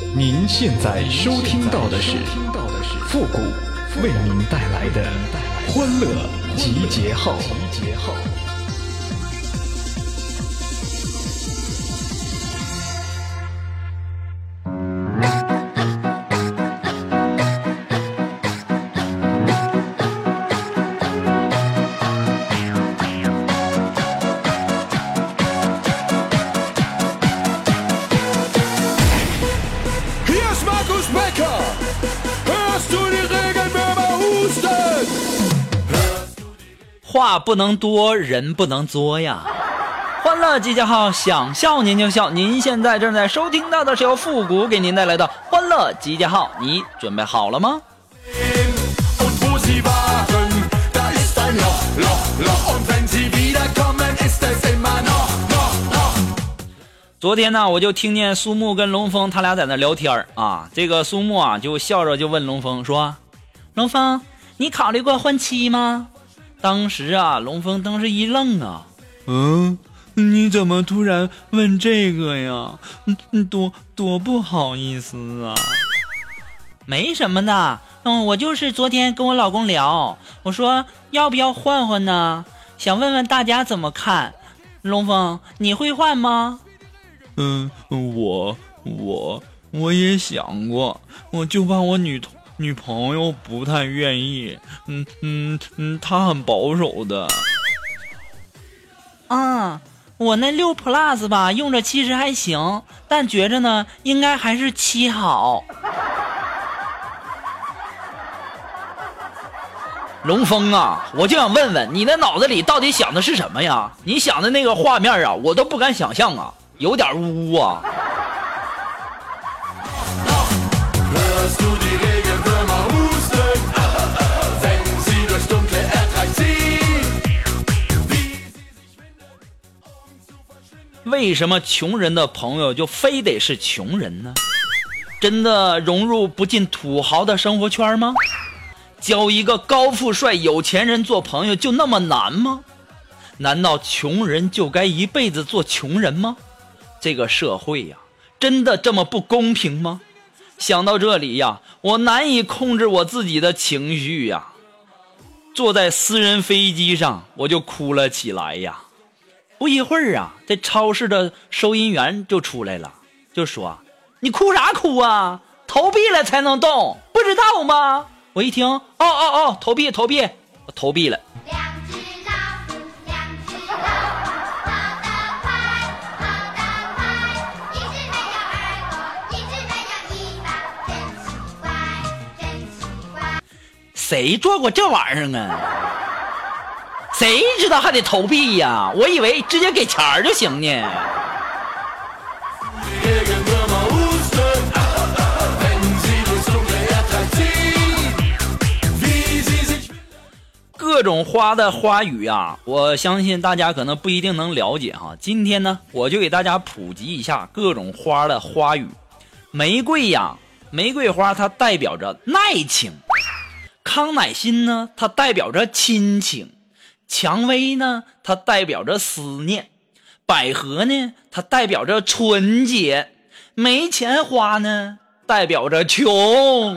您现在收听到的是复古为您带来的欢乐集结号。 话不能多，人不能作呀。欢乐集结号，想笑您就笑。您现在正在收听到的是由复古给您带来的欢乐集结号，你准备好了吗？昨天呢，我就听见苏木跟龙峰他俩在那聊天啊。这个苏木啊，就笑着就问龙峰说：“龙峰，你考虑过换妻吗？”当时啊，龙峰当时一愣啊，你怎么突然问这个呀？多不好意思啊。没什么的，我就是昨天跟我老公聊，我说要不要换换呢？想问问大家怎么看。龙峰，你会换吗？我也想过，我就怕我女朋友不太愿意，她很保守的。我那6 Plus 吧，用着其实还行，但觉着呢，应该还是7好。龙峰啊，我就想问问你那脑子里到底想的是什么呀？你想的那个画面啊，我都不敢想象啊，有点污啊。为什么穷人的朋友就非得是穷人呢？真的融入不进土豪的生活圈吗？交一个高富帅有钱人做朋友就那么难吗？难道穷人就该一辈子做穷人吗？这个社会呀，真的这么不公平吗？想到这里呀，我难以控制我自己的情绪呀。坐在私人飞机上，我就哭了起来呀。不一会儿啊，这超市的收银员就出来了，就说：“你哭啥哭啊？投币了才能动，不知道吗？”我一听，投币，我投币了。谁做过这玩意儿啊？谁知道还得投币呀？我以为直接给钱就行呢。各种花的花语啊，我相信大家可能不一定能了解哈。今天呢，我就给大家普及一下各种花的花语。玫瑰呀，玫瑰花它代表着耐情；康乃馨呢，它代表着亲情；蔷薇呢，它代表着思念；百合呢，它代表着纯洁；没钱花呢，代表着穷。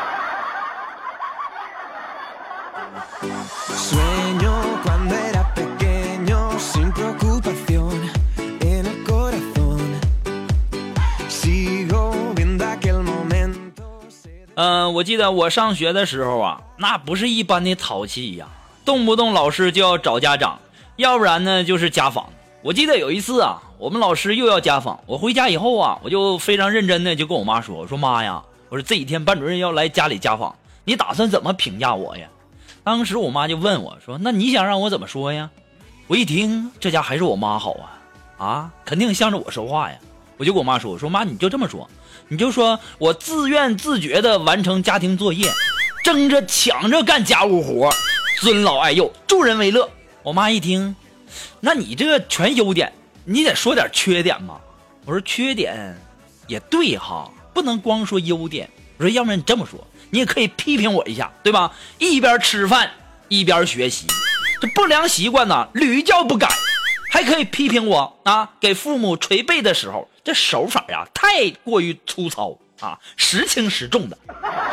我记得我上学的时候啊，那不是一般的淘气呀，动不动老师就要找家长，要不然呢就是家访。我记得有一次啊，我们老师又要家访，我回家以后啊，我就非常认真的就跟我妈说，我说妈呀，我说这几天班主任要来家里家访，你打算怎么评价我呀？当时我妈就问我说，那你想让我怎么说呀？我一听这家还是我妈好啊，肯定向着我说话呀。我就跟我妈说，我说妈，你就这么说，你就说我自愿自觉的完成家庭作业，争着抢着干家务活，尊老爱幼，助人为乐。我妈一听，那你这个全优点，你得说点缺点嘛。我说缺点也对哈，不能光说优点。我说要不然你这么说，你也可以批评我一下，对吧？一边吃饭一边学习，这不良习惯呢屡教不改。还可以批评我啊，给父母捶背的时候，这手法呀太过于粗糙啊，时轻时重的。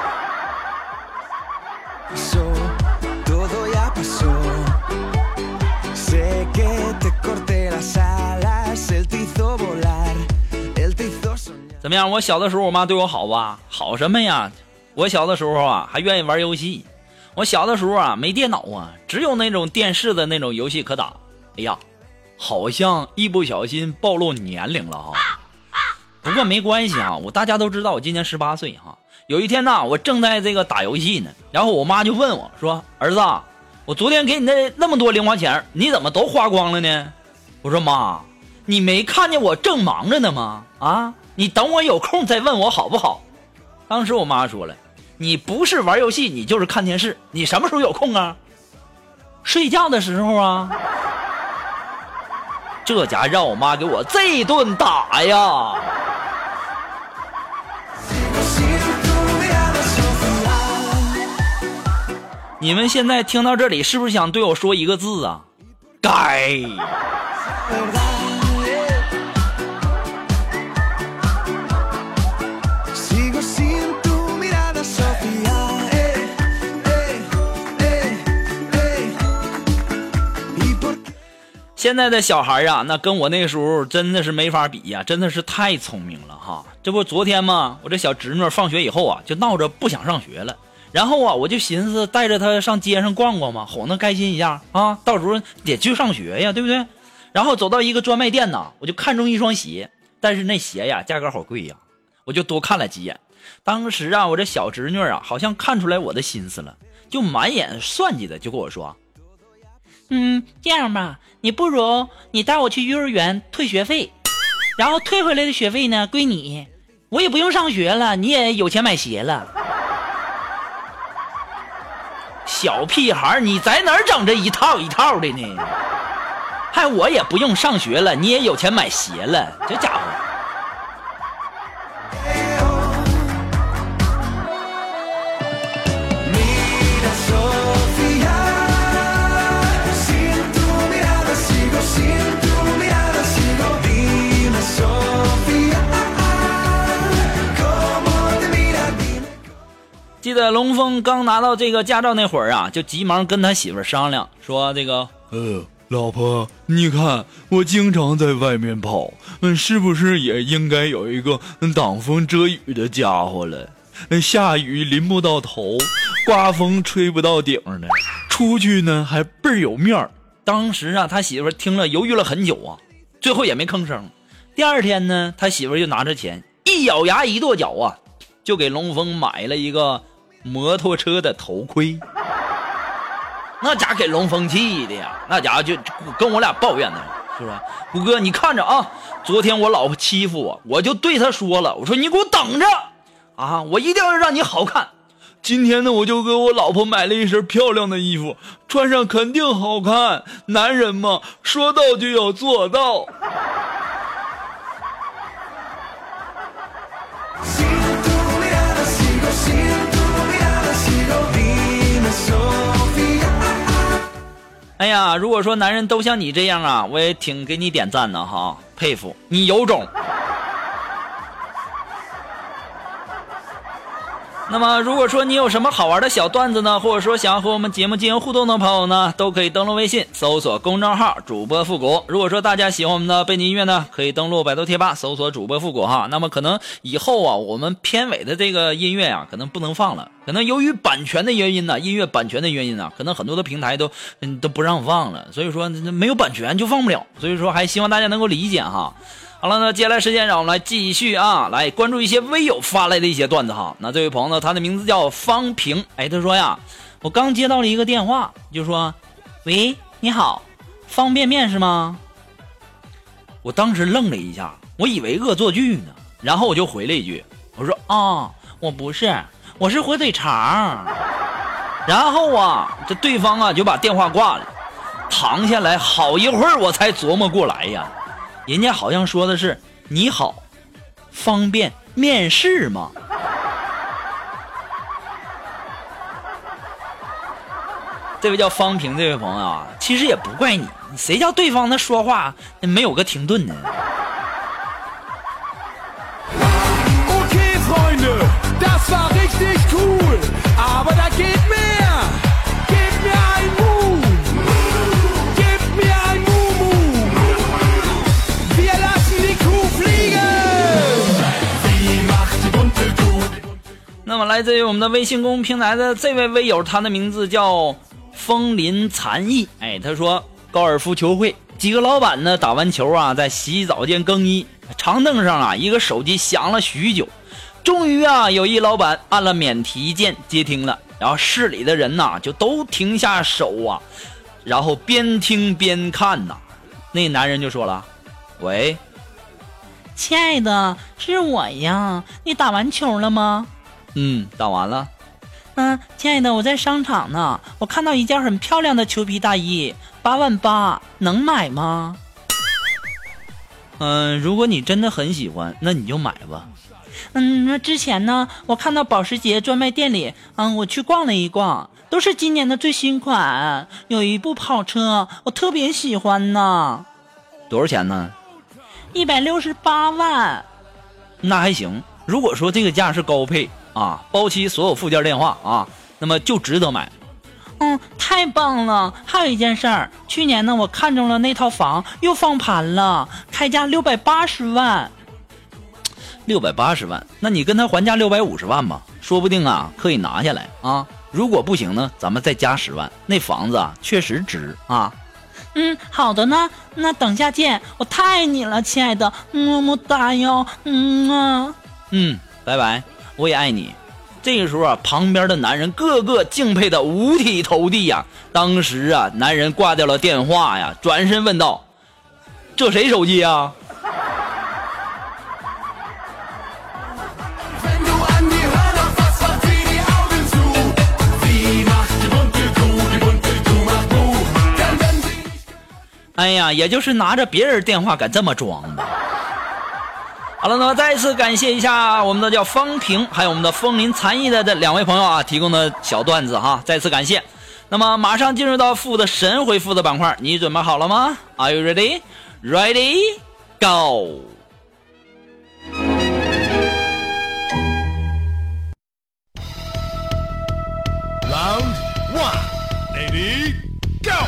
怎么样？我小的时候我妈对我好吧？好什么呀？我小的时候啊还愿意玩游戏。我小的时候啊没电脑啊，只有那种电视的那种游戏可打。哎呀，好像一不小心暴露年龄了哈。不过没关系啊，大家都知道我今年18岁哈。有一天呢，我正在这个打游戏呢，然后我妈就问我说：“儿子，我昨天给你那么多零花钱，你怎么都花光了呢？”我说：“妈，你没看见我正忙着呢吗？啊，你等我有空再问我好不好？”当时我妈说了：“你不是玩游戏，你就是看电视，你什么时候有空啊？睡觉的时候啊。”这家让我妈给我这顿打呀。你们现在听到这里是不是想对我说一个字啊？该。现在的小孩啊，那跟我那时候真的是没法比呀，真的是太聪明了哈。这不昨天嘛，我这小侄女放学以后啊，就闹着不想上学了。然后啊，我就寻思带着她上街上逛逛嘛，哄她开心一下啊，到时候得去上学呀，对不对？然后走到一个专卖店呢，我就看中一双鞋，但是那鞋呀价格好贵呀，我就多看了几眼。当时啊，我这小侄女啊，好像看出来我的心思了，就满眼算计的就跟我说：“这样吧，你不如你带我去幼儿园退学费，然后退回来的学费呢归你，我也不用上学了，你也有钱买鞋了。”小屁孩，你在哪儿整这一套一套的呢？还我也不用上学了，你也有钱买鞋了，这家伙。记得龙峰刚拿到这个驾照那会儿啊，就急忙跟他媳妇商量说：“这个， 老婆，你看我经常在外面跑，是不是也应该有一个挡风遮雨的家伙了？下雨淋不到头，刮风吹不到顶的，出去呢还倍儿有面儿。” 当时啊，他媳妇听了犹豫了很久啊，最后也没吭声。第二天呢，他媳妇就拿着钱，一咬牙一跺脚啊，就给龙峰买了一个摩托车的头盔。那家给龙峰气的呀，那家就跟我俩抱怨呢，是不是？虎哥，你看着啊，昨天我老婆欺负我，我就对她说了，我说你给我等着啊，我一定要让你好看。 今天呢，我就给我老婆买了一身漂亮的衣服，穿上肯定好看。男人嘛，说到就要做到。 哎呀，如果说男人都像你这样啊，我也挺给你点赞的哈，佩服你有种。那么如果说你有什么好玩的小段子呢，或者说想要和我们节目进行互动的朋友呢，都可以登录微信搜索公众号主播复古。如果说大家喜欢我们的背景音乐呢，可以登录百度贴吧搜索主播复古哈。那么可能以后啊，我们片尾的这个音乐啊，可能不能放了，可能由于版权的原因呢，音乐版权的原因呢，可能很多的平台都不让放了，所以说没有版权就放不了，所以说还希望大家能够理解哈。好了，那接下来时间让我们来继续啊，来关注一些微友发来的一些段子哈。那这位朋友呢，他的名字叫方平，他说呀，我刚接到了一个电话，就说，喂，你好，方便面是吗？我当时愣了一下，我以为恶作剧呢，然后我就回了一句，我说啊，我不是，我是火腿肠。然后啊，这对方啊就把电话挂了，躺下来好一会儿我才琢磨过来呀。人家好像说的是你好，方便面试吗？这位叫方平这位朋友啊，其实也不怪你，谁叫对方他说话没有个停顿呢？ Okay, Freunde, 么来自于我们的微信公众平台的这位微友，他的名字叫风林残意。他说高尔夫球会几个老板呢打完球啊，在洗澡间更衣，长凳上啊一个手机响了许久，终于啊有一老板按了免提键接听了，然后市里的人呐就都停下手啊，然后边听边看呐。那男人就说了：喂， 亲爱的，是我呀，你打完球了吗？ 打完了。 亲爱的，我在商场呢，我看到一件很漂亮的裘皮大衣，88000，能买吗？ 如果你真的很喜欢，那你就买吧。 那之前呢，我看到保时捷专卖店里，我去逛了一逛，都是今年的最新款，有一部跑车，我特别喜欢呢。 多少钱呢 ？168万。 那还行，如果说这个价是高配啊，包期所有附件电话啊，那么就值得买。 太棒了！还有一件事儿，去年呢，我看中了那套房，又放盘了，开价680万。 680万，那你跟他还价650万吧，说不定啊可以拿下来啊。如果不行呢，咱们再加10万，那房子啊确实值啊。 好的呢，那等下见，我太爱你了，亲爱的，么么哒哟， 拜拜，我也爱你。这个时候啊，旁边的男人个个敬佩的五体投地呀。当时啊，男人挂掉了电话呀，转身问道：这谁手机啊？哎呀，也就是拿着别人电话敢这么装吧。好了，那么再一次感谢一下我们的叫方平还有我们的风林残意的这两位朋友啊提供的小段子哈，再次感谢。那么马上进入到父的神回复的板块，你准备好了吗？ Are you ready? Ready? Go! Round 1, Ready? Go!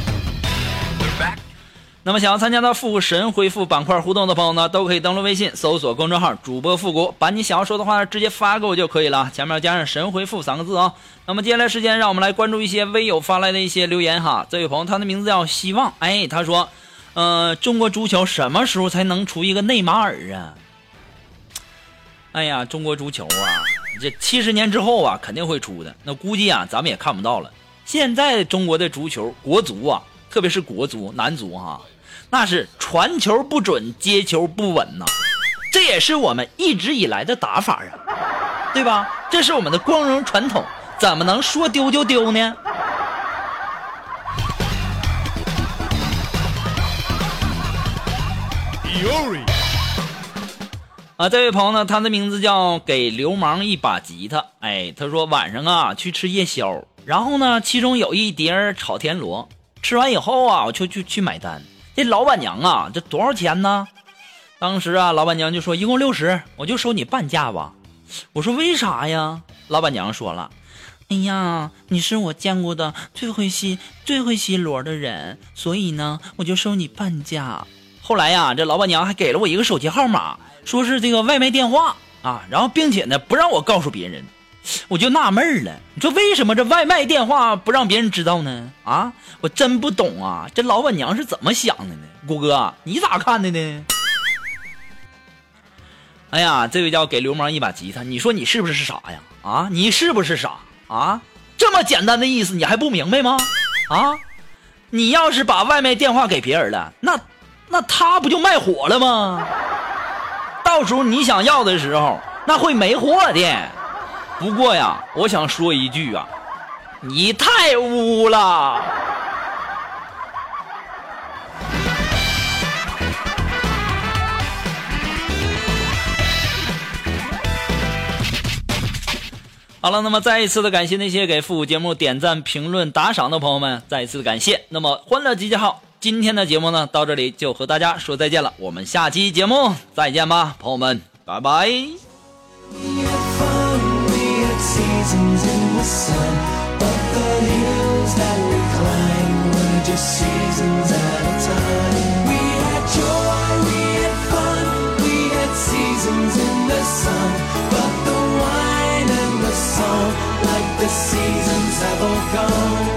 那么想要参加到复神回复板块互动的朋友呢，都可以登录微信搜索公众号主播复古，把你想要说的话直接发给我就可以了，前面要加上神回复3个字啊。那么接下来时间让我们来关注一些微友发来的一些留言哈。这位朋友他的名字叫希望，他说中国足球什么时候才能出一个内马尔啊？哎呀，中国足球啊，这70年之后啊肯定会出的，那估计啊咱们也看不到了。现在中国的足球国足啊，特别是国足男足哈，那是传球不准，接球不稳呐，这也是我们一直以来的打法啊，对吧？这是我们的光荣传统，怎么能说丢就丢呢？这位朋友呢，他的名字叫给流氓一把吉他。他说晚上啊去吃夜宵，然后呢其中有一碟炒田螺，吃完以后啊我去买单，这老板娘啊这多少钱呢？当时啊老板娘就说一共60，我就收你半价吧。我说为啥呀？老板娘说了，哎呀，你是我见过的最会吸螺的人，所以呢我就收你半价。后来呀这老板娘还给了我一个手机号码，说是这个外卖电话啊，然后并且呢不让我告诉别人。我就纳闷了，你说为什么这外卖电话不让别人知道呢？啊，我真不懂啊，这老板娘是怎么想的呢？谷哥你咋看的呢？哎呀，这位叫给流氓一把吉他，你说你是不是傻呀？啊，你是不是傻啊？这么简单的意思你还不明白吗？啊，你要是把外卖电话给别人了，那他不就卖火了吗？到时候你想要的时候那会没货的。不过呀我想说一句啊，你太污了。好了，那么再一次的感谢那些给复古节目点赞评论打赏的朋友们，再一次的感谢。那么欢乐集结号今天的节目呢到这里就和大家说再见了，我们下期节目再见吧，朋友们，拜拜。 Seasons in the sun, but the hills that we climbed were just seasons at a time. We had joy, we had fun, we had seasons in the sun, but the wine and the have all gone.